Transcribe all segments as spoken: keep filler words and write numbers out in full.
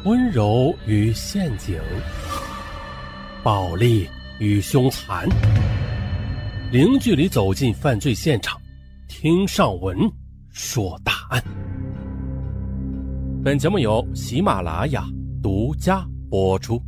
温柔与陷阱，暴力与凶残，零距离走进犯罪现场，听上文说大案。本节目由喜马拉雅独家播出。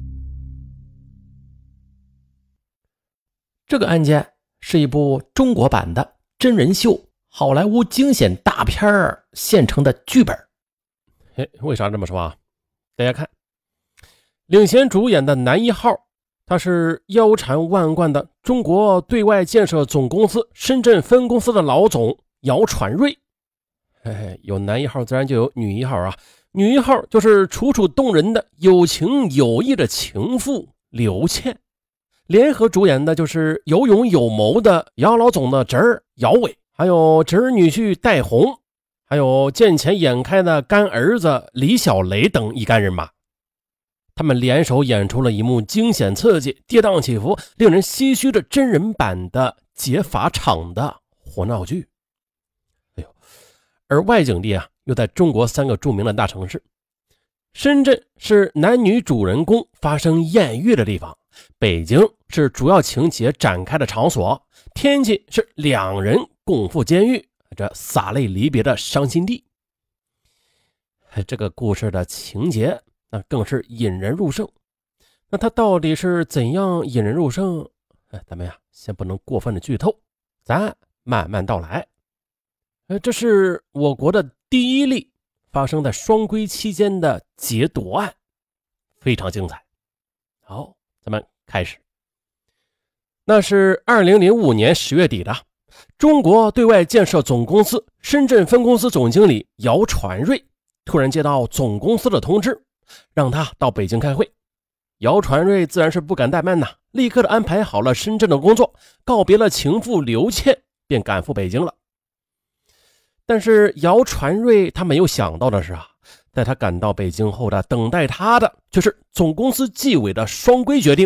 这个案件是一部中国版的真人秀好莱坞惊险大片现成的剧本。 嘿，为啥这么说啊？大家看，领衔主演的男一号，他是腰缠万贯的中国对外建设总公司深圳分公司的老总姚传瑞。嘿嘿，有男一号自然就有女一号啊，女一号就是楚楚动人的有情有义的情妇刘倩，联合主演的就是有勇有谋的姚老总的侄儿姚伟，还有侄儿女婿戴红，还有见钱眼开的干儿子李小雷等一干人马。他们联手演出了一幕惊险刺激、跌宕起伏、令人唏嘘的真人版的劫法场的活闹剧。哎呦，而外景地啊，又在中国三个著名的大城市。深圳是男女主人公发生艳遇的地方，北京是主要情节展开的场所，天津是两人共赴监狱，这洒泪离别的伤心地。这个故事的情节那更是引人入胜。那它到底是怎样引人入胜？哎，咱们呀先不能过分的剧透，咱慢慢道来。呃，这是我国的第一例发生在双规期间的劫夺案，非常精彩。好，咱们开始。那是二零零五年十月底的，中国对外建设总公司深圳分公司总经理姚传瑞突然接到总公司的通知，让他到北京开会。姚传瑞自然是不敢怠慢呐，立刻的安排好了深圳的工作，告别了情妇刘倩，便赶赴北京了。但是姚传瑞他没有想到的是啊，在他赶到北京后的等待他的却是总公司纪委的双规决定。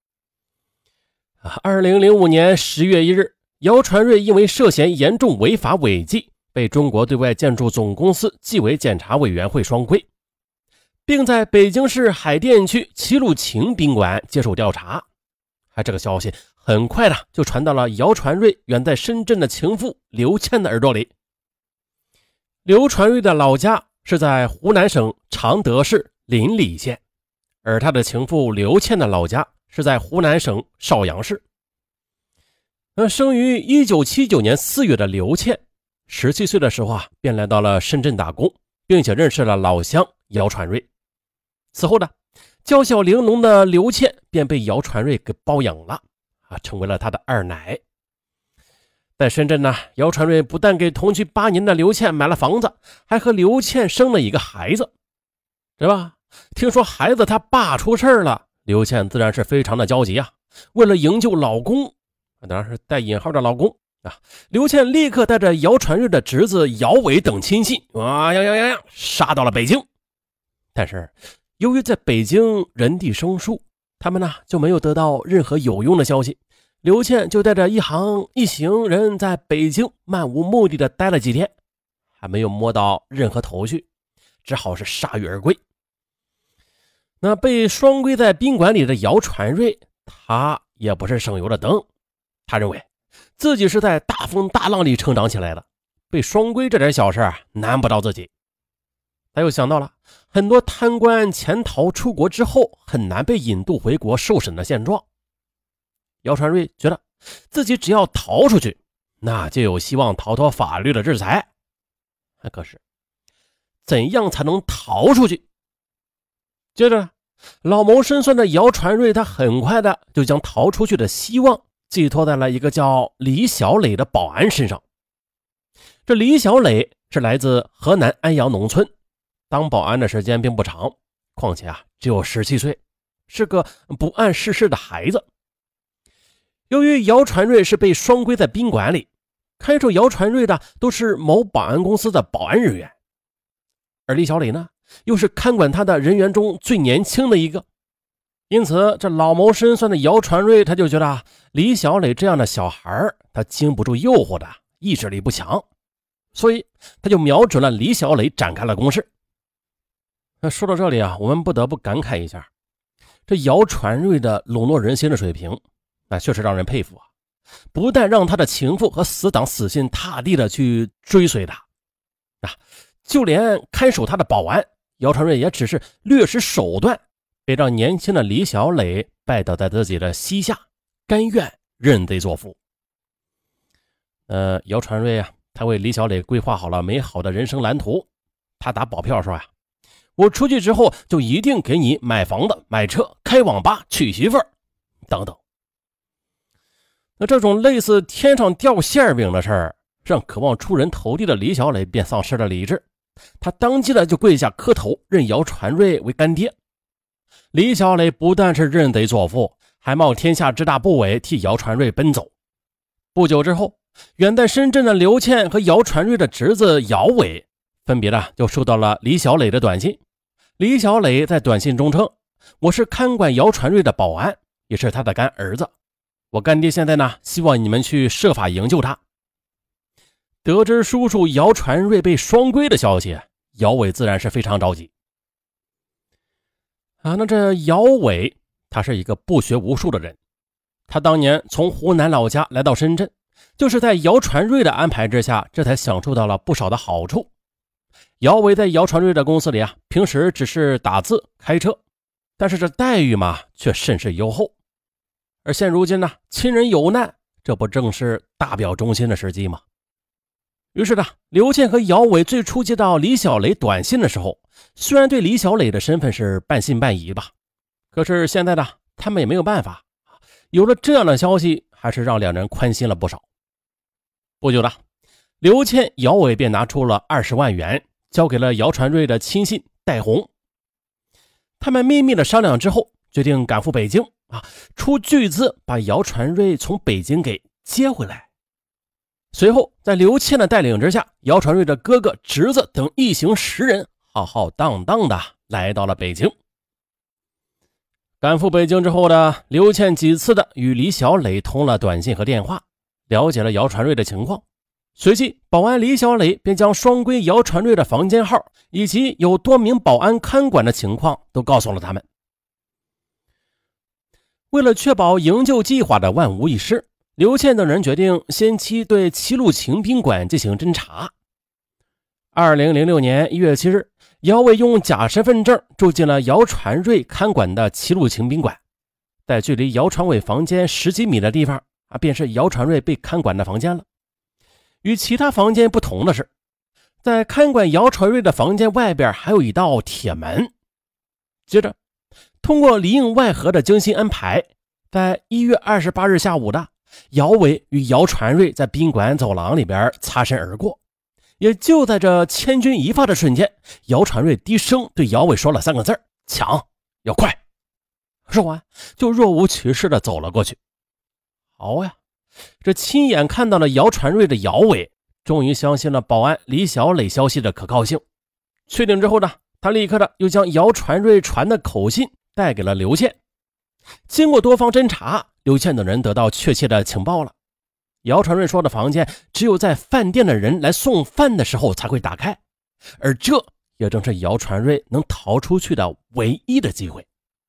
二零零五年十月一日，姚传瑞因为涉嫌严重违法违纪，被中国对外建筑总公司纪委检查委员会双规，并在北京市海淀区齐鲁晴宾馆接受调查。这个消息很快的就传到了姚传瑞远在深圳的情妇刘倩的耳朵里。刘传瑞的老家是在湖南省常德市临澧县，而他的情妇刘倩的老家是在湖南省邵阳市。那生于一九七九年四月的刘倩，十七岁的时候啊，便来到了深圳打工，并且认识了老乡姚传瑞。此后呢，娇小玲珑的刘倩便被姚传瑞给包养了啊，成为了他的二奶。在深圳呢，姚传瑞不但给同居八年的刘倩买了房子，还和刘倩生了一个孩子，是吧？听说孩子他爸出事了，刘倩自然是非常的焦急啊。为了营救老公，当然是带引号的老公啊，刘倩立刻带着姚传瑞的侄子姚伟等亲信啊呀呀呀呀杀到了北京。但是由于在北京人地生疏，他们呢就没有得到任何有用的消息。刘倩就带着一行一行人在北京漫无目的的待了几天，还没有摸到任何头绪，只好是铩羽而归。那被双规在宾馆里的姚传瑞，他也不是省油的灯，他认为自己是在大风大浪里成长起来的，被双规这点小事啊难不到自己。他又想到了很多贪官潜逃出国之后很难被引渡回国受审的现状。姚传瑞觉得自己只要逃出去，那就有希望逃脱法律的制裁。可是怎样才能逃出去？接着老谋深算的姚传瑞，他很快的就将逃出去的希望寄托在了一个叫李小磊的保安身上。这李小磊是来自河南安阳农村，当保安的时间并不长，况且啊只有十七岁，是个不谙世事的孩子。由于姚传瑞是被双规在宾馆里，看守姚传瑞的都是某保安公司的保安人员，而李小磊呢又是看管他的人员中最年轻的一个。因此这老谋深算的姚传瑞他就觉得啊，李小磊这样的小孩他经不住诱惑的，意志力不强，所以他就瞄准了李小磊展开了攻势。 那说到这里啊，我们不得不感慨一下，这姚传瑞的笼络人心的水平，那确实让人佩服啊！不但让他的情妇和死党死心塌地的去追随他，啊，就连看守他的保安姚传瑞也只是略施手段，别让年轻的李小磊拜倒在自己的膝下，甘愿认贼作父。呃，姚传瑞啊，他为李小磊规划好了美好的人生蓝图，他打保票说啊，我出去之后就一定给你买房子、买车、开网吧、娶媳妇儿等等。那这种类似天上掉馅饼的事儿，让渴望出人头地的李小磊便丧失了理智，他当即的就跪下磕头，认姚传瑞为干爹。李小磊不但是认贼作父，还冒天下之大不韪替姚传瑞奔走。不久之后，远在深圳的刘倩和姚传瑞的侄子姚伟分别的就收到了李小磊的短信。李小磊在短信中称，我是看管姚传瑞的保安，也是他的干儿子，我干爹现在呢，希望你们去设法营救他。得知叔叔姚传瑞被双规的消息，姚伟自然是非常着急啊。那这姚伟他是一个不学无术的人，他当年从湖南老家来到深圳，就是在姚传瑞的安排之下，这才享受到了不少的好处。姚伟在姚传瑞的公司里啊，平时只是打字开车，但是这待遇嘛却甚是优厚。而现如今呢，亲人有难，这不正是大表忠心的时机吗？于是呢，刘倩和姚伟最初接到李小磊短信的时候，虽然对李小磊的身份是半信半疑吧，可是现在呢，他们也没有办法，有了这样的消息，还是让两人宽心了不少。不久呢，刘倩、姚伟便拿出了二十万元，交给了姚传瑞的亲信戴红。他们秘密的商量之后，决定赶赴北京啊，出巨资把姚传瑞从北京给接回来。随后在刘倩的带领之下，姚传瑞的哥哥、侄子等一行十人浩浩荡荡的来到了北京。赶赴北京之后呢，刘倩几次的与李小磊通了短信和电话，了解了姚传瑞的情况。随即保安李小磊便将双规姚传瑞的房间号以及有多名保安看管的情况都告诉了他们。为了确保营救计划的万无一失，刘倩等人决定先期对齐鲁秦宾馆进行侦查。二零零六年一月七日，姚伟用假身份证住进了姚传瑞看管的齐鲁秦宾馆，在距离姚传伟房间十几米的地方啊，便是姚传瑞被看管的房间了。与其他房间不同的是，在看管姚传瑞的房间外边还有一道铁门。接着通过里应外合的精心安排，在一月二十八日下午的，姚伟与姚传瑞在宾馆走廊里边擦身而过。也就在这千钧一发的瞬间，姚传瑞低声对姚伟说了三个字：抢，要快。说完就若无其事的走了过去。好呀，这亲眼看到了姚传瑞的姚伟终于相信了保安李小磊消息的可靠性。确定之后呢，他立刻的又将姚传瑞传的口信带给了刘倩。经过多方侦查，刘倩等人得到确切的情报了。姚传瑞说的房间只有在饭店的人来送饭的时候才会打开，而这也正是姚传瑞能逃出去的唯一的机会。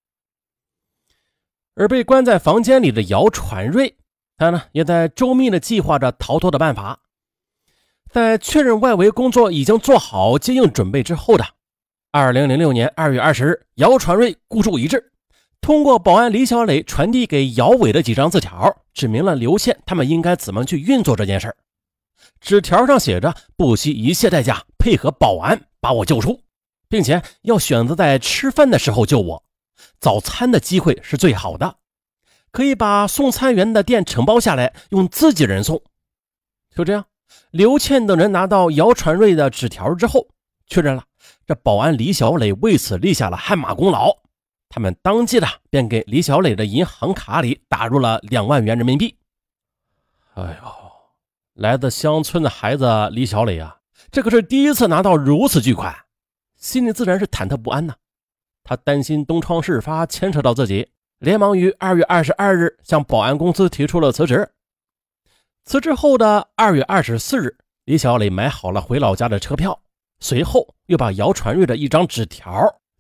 而被关在房间里的姚传瑞，他呢也在周密的计划着逃脱的办法。在确认外围工作已经做好接应准备之后的二零零六年二月二十日，姚传瑞孤注一掷，通过保安李小磊传递给姚伟的几张字条，指明了刘倩他们应该怎么去运作这件事。纸条上写着不惜一切代价配合保安把我救出，并且要选择在吃饭的时候救我，早餐的机会是最好的，可以把送餐员的店承包下来，用自己人送。就这样，刘倩等人拿到姚传瑞的纸条之后，确认了这保安李小磊为此立下了汗马功劳。他们当即的便给李小磊的银行卡里打入了两万元人民币。哎呦，来自乡村的孩子李小磊啊，这可是第一次拿到如此巨款，心里自然是忐忑不安呢。他担心东窗事发牵扯到自己，连忙于二月二十二日向保安公司提出了辞职。辞职后的二月二十四日，李小磊买好了回老家的车票，随后又把姚传瑞的一张纸条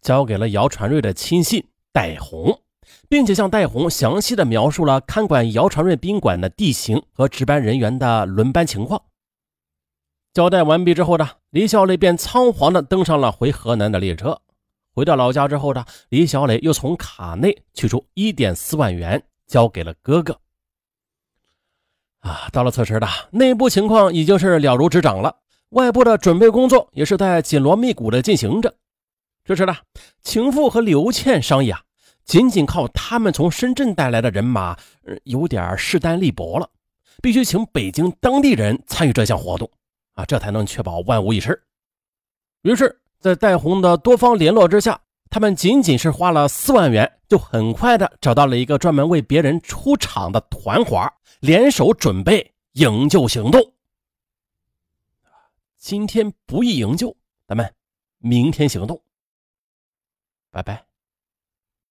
交给了姚传瑞的亲信戴红，并且向戴红详细的描述了看管姚传瑞宾馆的地形和值班人员的轮班情况。交代完毕之后呢，李小磊便仓皇的登上了回河南的列车。回到老家之后呢，李小磊又从卡内取出 一点四万元交给了哥哥。啊，到了此时的内部情况已经是了如指掌了，外部的准备工作也是在紧锣密鼓的进行着。这时呢，情妇和刘倩商议啊，仅仅靠他们从深圳带来的人马，呃、有点势单力薄了，必须请北京当地人参与这项活动啊，这才能确保万无一失。于是在戴红的多方联络之下，他们仅仅是花了四万元，就很快的找到了一个专门为别人出场的团伙，联手准备营救行动。今天不宜营救，咱们明天行动。拜拜。